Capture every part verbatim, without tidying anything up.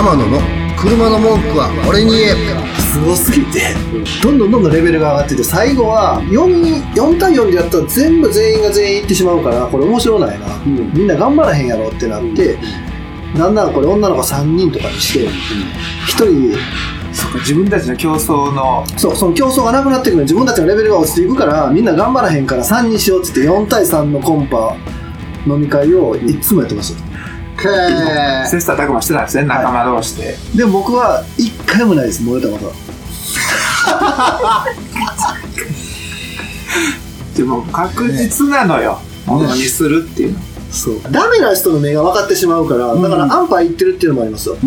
天野の車の文句は俺に言え。 すごすぎてどんどんどんどんレベルが上がってて、最後は よん, よん対よんでやったら全部全員が全員いってしまうから、これ面白ないな、うん、みんな頑張らへんやろってなって、うん、だんだんこれ女の子さんにんとかにして、うん、ひとりそうか、自分たちの競争のそうその競争がなくなってくる。自分たちのレベルが落ちていくからみんな頑張らへんからさんにしようって言ってよん対さんのコンパ飲み会をいつもやってました。 切磋琢磨してたんですね、仲間同士で、はい、 でも僕はいっかいもないです、漏れたことはでも確実なのよ、もの、ね、にするっていうの。 そうダメな人の目が分かってしまうから、うん、だから安牌いってるっていうのもありますよ、うん、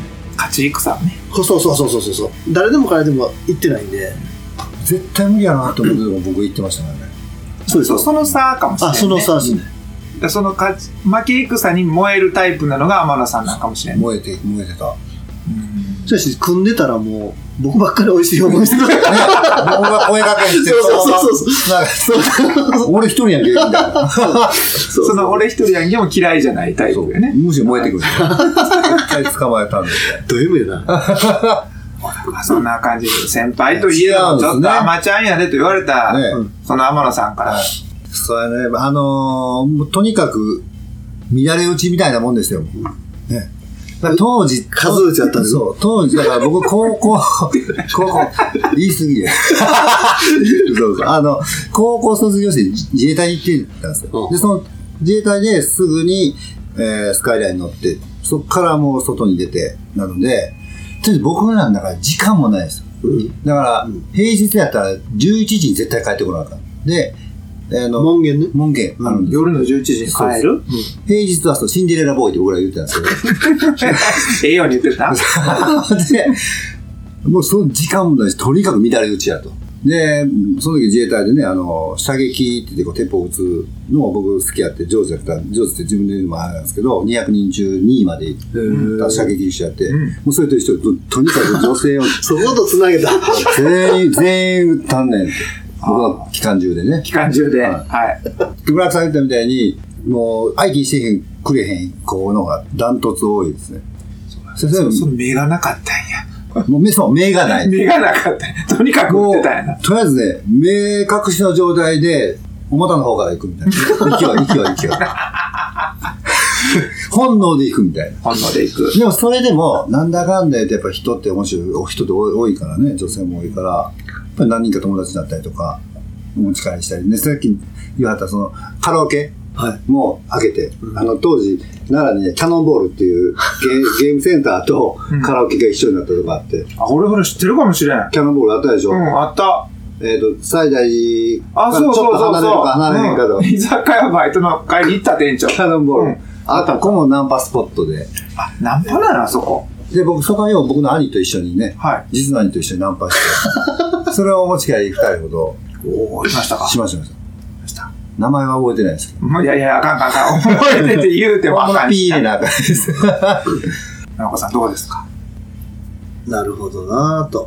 勝ち戦ね。 そうそうそうそうそうそう、誰でも彼でも言ってないんで絶対無理やなと思って僕言ってましたからね。 そうです。その差かもしれない、ね、 あ、その差ですね、 うん、その負け戦に燃えるタイプなのが天野さんなんかもしれない。 燃えて燃えてた。うん、 そうし組んでたらもう僕ばっかり美味しい思いしてた、ね、 僕が声かけしてそうそうそうそう俺一人やんけみたいなそ, その俺一人やんけも嫌いじゃないタイプよね。 むしろ燃えてくる一回捕まえたんでどういう意味やなそんな感じで先輩といえばちょっとアマちゃんやでと言われた、ね、その天野さんから、はい、 そうやね、あのー、とにかく乱れ打ちみたいなもんですよ、ね、当時数打ちやったんですよ。 そう当時だから僕高校高校言い過ぎやそうそう、あの高校卒業して自衛隊に行ってたんですよ、うん、でその自衛隊ですぐに、えー、スカイラインに乗ってそこからもう外に出てなので、とりあえず僕なんだから時間もないですよ、うん、だから、うん、平日やったらじゅういちじに絶対帰ってこなあかんで、あの門限ね、 門限あるんです、 うん、夜のじゅういちじに帰る、うん、 平日はそうシンデレラボーイって僕ら言ってたんですけどええように言ってたでもうその時間もないし、とにかく乱れ打ちやと。でその時自衛隊でね、あの射撃って言ってこう鉄砲撃つのを僕好きやって上手やった上手って自分で言うのもあれなんですけど、にひゃくにん中にいまで行った射撃手やって、うん、もうそれと一緒で と, とにかく女性をそことつなげた全員全員撃ったんねんって。僕は機関銃でね。 機関銃で。はい。はい、 村木さん言ったみたいに、もう、愛機してへん、くれへん、こうのがダントツ多いですね。 そうそう、その目がなかったんや。 もう目、そう、目がない。 目がなかったんや。とにかく撃ってたんやな。 とりあえずね、目隠しの状態で、お股の方から行くみたいな。息は、息は、息は。本能で行くみたいな。 本能で行く。 でもそれでも、なんだかんだ言ってやっぱ人って面白い、お人って多いからね、女性も多いから、やっぱり何人か友達になったりとか、お持ち帰りしたりね、さっき言われたそのカラオケも開けて、はい、あの当時奈良にねキャノンボールっていうゲ, ゲームセンターとカラオケが一緒になったとこあって、うん、 あ、俺ほら知ってるかもしれん。 キャノンボールあったでしょ。 うん、あった。 えっ、ー、と最大あ、そうそうそうそう、 離れるか離れへんかと、うん、 居酒屋バイトの帰り行った店長キャノンボール、うん、あったここもナンパスポットで。 あ、ナンパなのあそこで、僕そこはよ僕の兄と一緒にね、はい、実の兄と一緒にナンパしてそれをお持ち帰りふたりほどおー、いましたか。 しました、しました。名前は覚えてないですけど。 いやいや、あかんあかんあかん。覚えてて言うてもあかん。 ピーでなあかんです。 直子さんどうですか。 なるほどなぁと。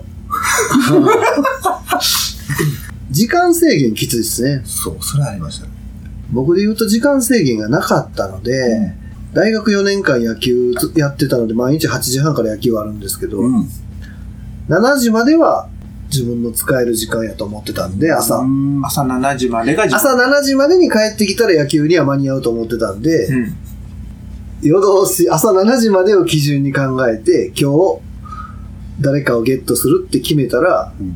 時間制限きついですね。 そう、それありましたね。 僕で言うと時間制限がなかったので、うん、大学よねんかん野球やってたので、毎日はちじはんから野球はあるんですけど、うん、しちじまでは自分の使える時間やと思ってたんで、朝。 朝しちじまでが朝しちじまでに帰ってきたら野球には間に合うと思ってたんで、うん、夜通し、朝しちじまでを基準に考えて、今日誰かをゲットするって決めたら、うん、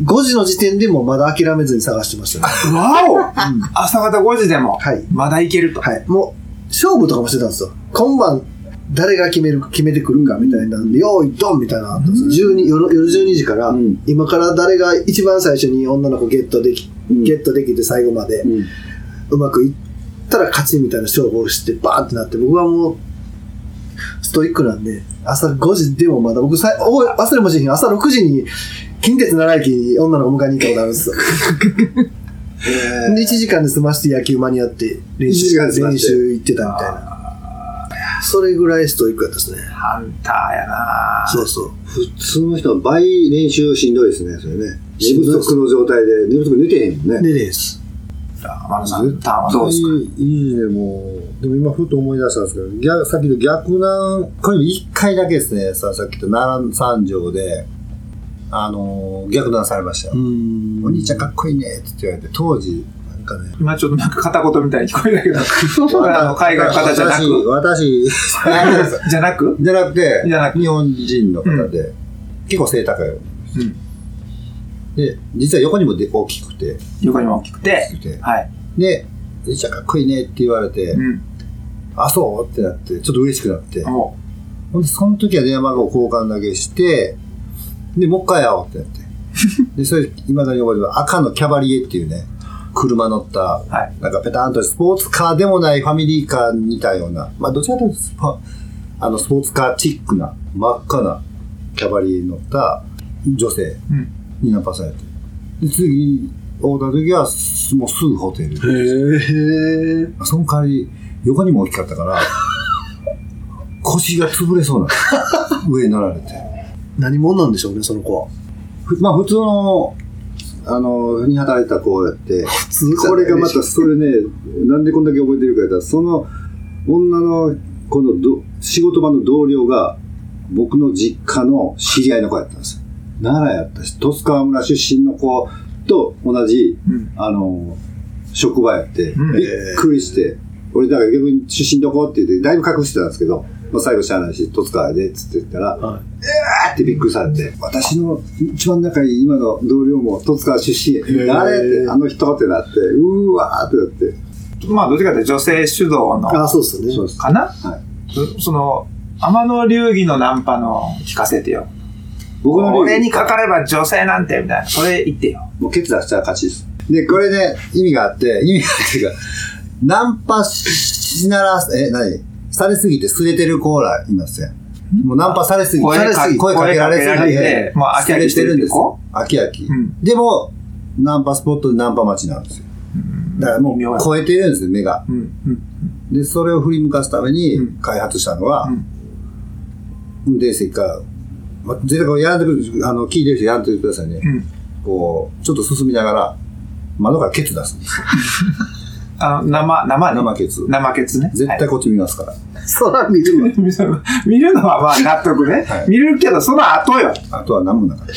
ごじの時点でもまだ諦めずに探してましたね。 わお、うん、朝方ごじでも、はい、まだいけると。 はい。もう、勝負とかもしてたんですよ。今晩、誰が決める、決めてくるかみたいなんで、よーい、ドンみたいなのあったんですよ。じゅうに夜、夜じゅうにじから、うん、今から誰が一番最初に女の子ゲットでき、うん、ゲットできて最後まで、うん、うまくいったら勝ちみたいな勝負をして、バーンってなって、僕はもう、ストイックなんで、朝ごじでもまだ、僕さ、忘れもしへん、朝ろくじに、近鉄奈良駅に女の子迎えに行ったことあるんですよ。えー、でいちじかんで済まして野球間に合って練習、練習行ってたみたいな。それぐらいストイックやったですね。 ハンターやな。 そうそう。 普通の人は倍練習しんどいですね、それね。寝不足の状態で、寝不足寝てへんもんね。 寝てへんです。 天野さん、ターンはどうですか？ いいね、もう。でも今、ふと思い出したんですけど、逆さっきの逆難、これ一回だけですね、ささっきと奈良三条で、あのー、逆難されましたよ。お兄ちゃんかっこいいねって言われて、当時、なんかね。 今ちょっとなんか片言みたいに聞こえたけど、あの海外の方じゃなく私、 じゃなくじゃなくて、 じゃなく日本人の方で、うん、結構背高いよ。うんで、実は横にもで大きくて。 横にも大きくて。大きくてはい。 で、お兄ちゃんかっこいいねって言われて、うん、あ、そうってなって、ちょっと嬉しくなって。ほんで、その時は電話番号交換だけして、で、もう一回会おうってなって。で、それ、未だに覚えてる赤のキャバリエっていうね、車乗った、はい、なんかペタンとスポーツカーでもないファミリーカーに似たような、まあ、どちらかというとスポ、あの、スポーツカーチックな、真っ赤なキャバリエに乗った女性。うんにナンパされて。で、次、会った時は、もうすぐホテル。へぇー。その代わり、横にも大きかったから、腰が潰れそうな上に乗られて。 何者なんでしょうね、その子は。 まあ、普通の、あの、に働いた子やって、これがまた、それね、なんでこんだけ覚えてるかやったら、その女の子のど仕事場の同僚が、僕の実家の知り合いの子やったんですよ。奈良やったし、十津川村出身の子と同じ、うん、あの、職場やって、うん、びっくりして、俺、だから逆に出身どこって言って、だいぶ隠してたんですけど、まあ、最後しゃあないし、十津川やで、つって言ったら、はい、えーってびっくりされて、私の一番仲いい今の同僚も十津川出身や、誰って、あの人ってなって、うーわーってなって。 まあ、どっちかというと女性主導の。 あ、そうですね。そうです。 かな？はい。その、天野流儀のナンパの聞かせてよ。僕の俺にかかれば女性なんてみたいな、それ言ってよ。 もう決断したら勝ちです。で、これね、意味があって、意味があっていうか、ナンパしなら、え、何されすぎてすれてる子らいますよ。もうナンパされすぎて、 声か, 声かけられすぎて、もう飽き飽きしてるんですよ。飽き飽き、うん。でも、ナンパスポットでナンパ待ちなんですよ。うん、だからもう超えてるんですよ、目が、うんうん。で、それを振り向かすために開発したのは、うん、運転席から、まあ、絶対これやらんでくる、あの、聞いてる人やらんでくださいね。うん、こう、ちょっと進みながら、窓からケツ出すんです。 あの、生、生ね。生ケツ。 生ケツね。 絶対こっち見ますから。はい、 そら見るわ。見るのはまあ納得ね。はい、見るけど、その後よ。 後は何もなかった。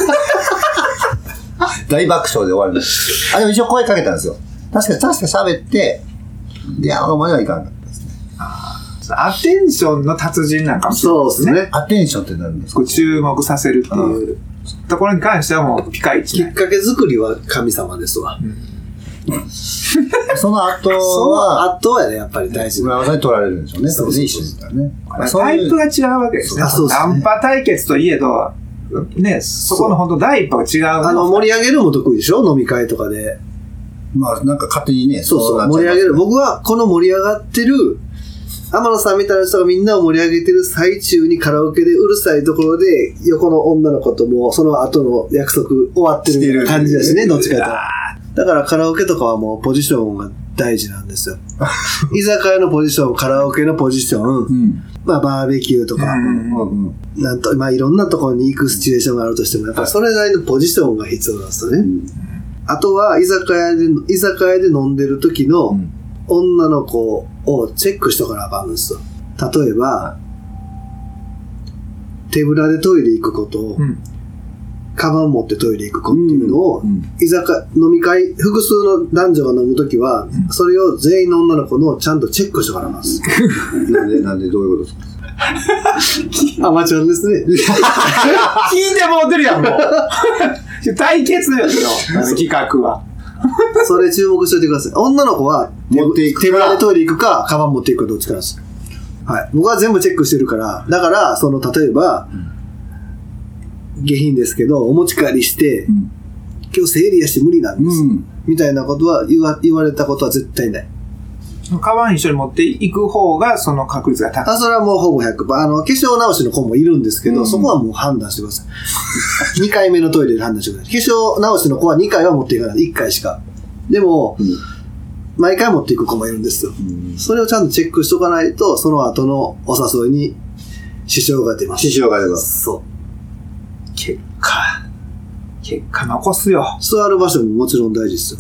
大爆笑で終わりました。あ、でも一応声かけたんですよ。確かに、確か喋って、電話まではいかなかったですね。 アテンションの達人なんかもしれないですね。そうですね。 アテンションって何ですか？ 注目させるっていうところに関してはもうピカイチ。 きっかけ作りは神様ですわ。うん、 その後は、 その後はね、やっぱり大事。 村山さんに取られるんでしょうね。そうそうそうそうね。 タイプが違うわけですね。ナンパ対決といえど、ね、そこの本当第一歩が違う。 あの、盛り上げるも得意でしょ？飲み会とかで。 まあ、なんか勝手にね。 そうそう、盛り上げる。僕はこの盛り上がってる、天野さんみたいな人がみんなを盛り上げてる最中にカラオケでうるさいところで横の女の子ともその後の約束終わってるみたいな感じだしね、どっちかと。だからカラオケとかはもうポジションが大事なんですよ。居酒屋のポジション、カラオケのポジション、うん、まあバーベキューとか、うんうんうん、なんと、まあいろんなところに行くシチュエーションがあるとしても、やっぱそれなりのポジションが必要なんですよね。うん、あとは居酒屋で、居酒屋で飲んでる時の、うん女の子をチェックしとかなあかんんですよ。例えば、手ぶらでトイレ行くこと、うん、カバン持ってトイレ行く子っていうのを、うんうん、居酒飲み会、複数の男女が飲むときは、うん、それを全員の女の子のちゃんとチェックしとかなあかんです。 なんで、なんでどういうことですか？ アマチュアですね。 聞いてもうてるやん、もう。対決よ、企画は。 それ注目しておいてください。女の子は持っていく手ぶらでトイレ行くか、カバン持っていくかどっちかなんです。はい。僕は全部チェックしてるから、だから、その、例えば、うん、下品ですけど、お持ち帰りして、うん、今日生理やして無理なんです。うん、みたいなことは言わ、言われたことは絶対ない。 カバン一緒に持っていく方が、その確率が高い。 あ、それはもうほぼひゃくパーセント。あの、化粧直しの子もいるんですけど、うん、そこはもう判断してください。にかいめのトイレで判断してください。化粧直しの子はにかいは持っていかない。いっかいしか。でも、うん、毎回持っていく子もいるんですよ、うん。それをちゃんとチェックしとかないと、その後のお誘いに支障が出ます。 支障が出ます。 そう。 結果、結果残すよ。 座る場所ももちろん大事ですよ。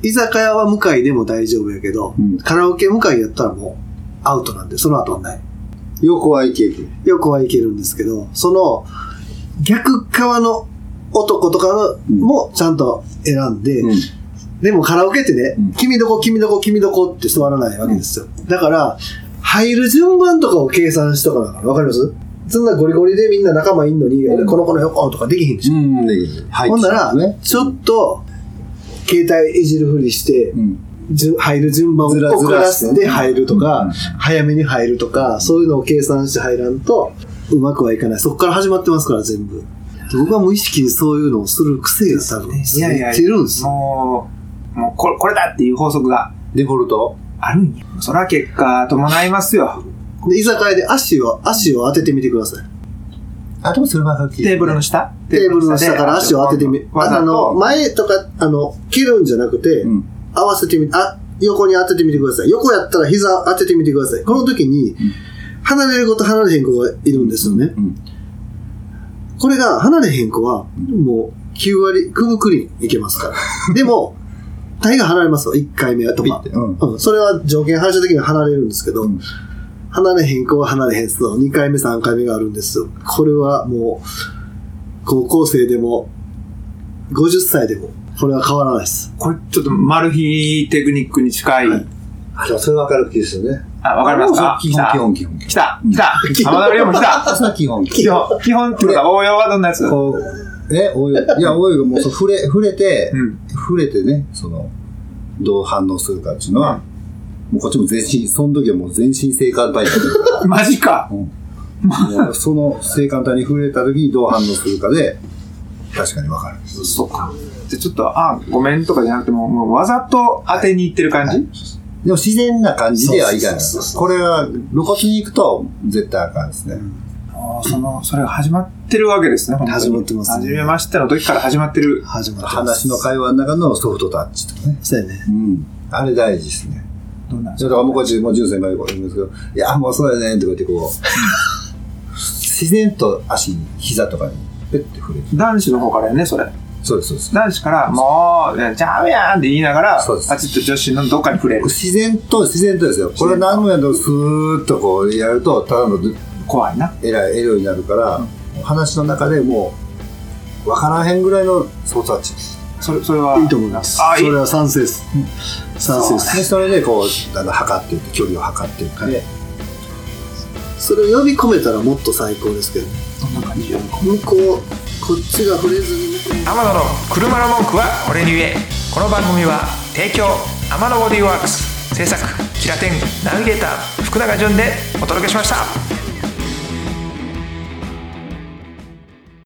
居酒屋は向かいでも大丈夫やけど、うん、カラオケ向かいやったらもうアウトなんで、その後はない。 横はいける。 横はいけるんですけど、その逆側の男とかのもちゃんと選んで、うん、でもカラオケってね、うん、君どこ君どこ君どこって座らないわけですよ。うん、だから入る順番とかを計算しとかなから、わかります？そんなゴリゴリでみんな仲間いんのに、うん、この子の横とかできへんでしょ。うん、できへん。はい。ほんなら、ね、ちょっと携帯いじるふりして、うん、入る順番を遅らせて入るとか、うん、早めに入るとか、そういうのを計算して入らんとうまくはいかない。そこから始まってますから全部。僕は無意識にそういうのをする癖が多分ついてるんですよ。 もう、もうこれ、これだっていう法則がデフォルトあるんや。それは結果伴いますよ。 で、居酒屋で足を、足を当ててみてください。 あ、でもそれはテーブルの下テーブルの下から足を当ててみ、あの、前とか、あの、切るんじゃなくて、うん、合わせてみ、あ、横に当ててみてください。横やったら膝当ててみてください。この時に、離れる子と離れへん子がいるんですよね。うんうん、これが、離れへん子は、もう、きゅう割、くぶくりいけますから。でも、体が離れますよ、いっかいめとか。うんうん、それは条件反射的に離れるんですけど、うん、離れへん子は離れへんすよ。にかいめ、さんかいめがあるんですよ。これはもう、高校生でも、ごじゅっさいでも、これは変わらないです。 これちょっとマル秘テクニックに近い。はい、 あ、でもそれ分かる気ですよね。 あ、わかりますか？ 基本、基本、基本。 来た、来た。浜田亮も来た。 それは基本。 基本、基本ってことは応用はどんなやつ？ こう、え、応用。いや、応用がもうそう触れ、触れて、うん、触れてね、その、どう反応するかっていうのは、うん、もうこっちも全身、その時はもう全身性感帯だった。 マジか。 うん、その性感帯に触れた時にどう反応するかで、確かに分かる。 そうか。じゃちょっと、あ、ごめんとかじゃなくても、もうわざと当てにいってる感じ？はいはい、 でも自然な感じではいかない。これは露骨に行くと絶対あかんですね。うん、 あそのそれが始まってるわけですね。 始まってますね。 初めましての時から始まってる。 始まってます。 話の会話の中のソフトタッチとかね。 そうやね。 うん。あれ大事ですね。 どんなんですか？ だからもうこっちもうじゅうさいまでこう言うんですけど、いやもうそうやねんとか言ってこう自然と足に膝とかにペッて触れて。 男子の方からやねそれ。 そうですそうです。 男子からもうちゃうやんって言いながらパチッと女子のどっかに触れる。 自然と自然とですよ。これ何のやとスーッとこうやるとただの怖いな。 えらいエロになるから、うん、話の中でもう分からへんぐらいのソースタッチです。 それそれはいいと思います。ああ、それは賛成です。うん、賛成です。 でそれでこうあの測っていって距離を測っていって、はい、 それを呼び込めたらもっと最高ですけどね。 どんな感じ？ 向こうこっちが触れずに天野の車の文句は俺に言え。この番組は提供天野ボディーワークス、制作キラテンナビゲーター福永潤でお届けしました。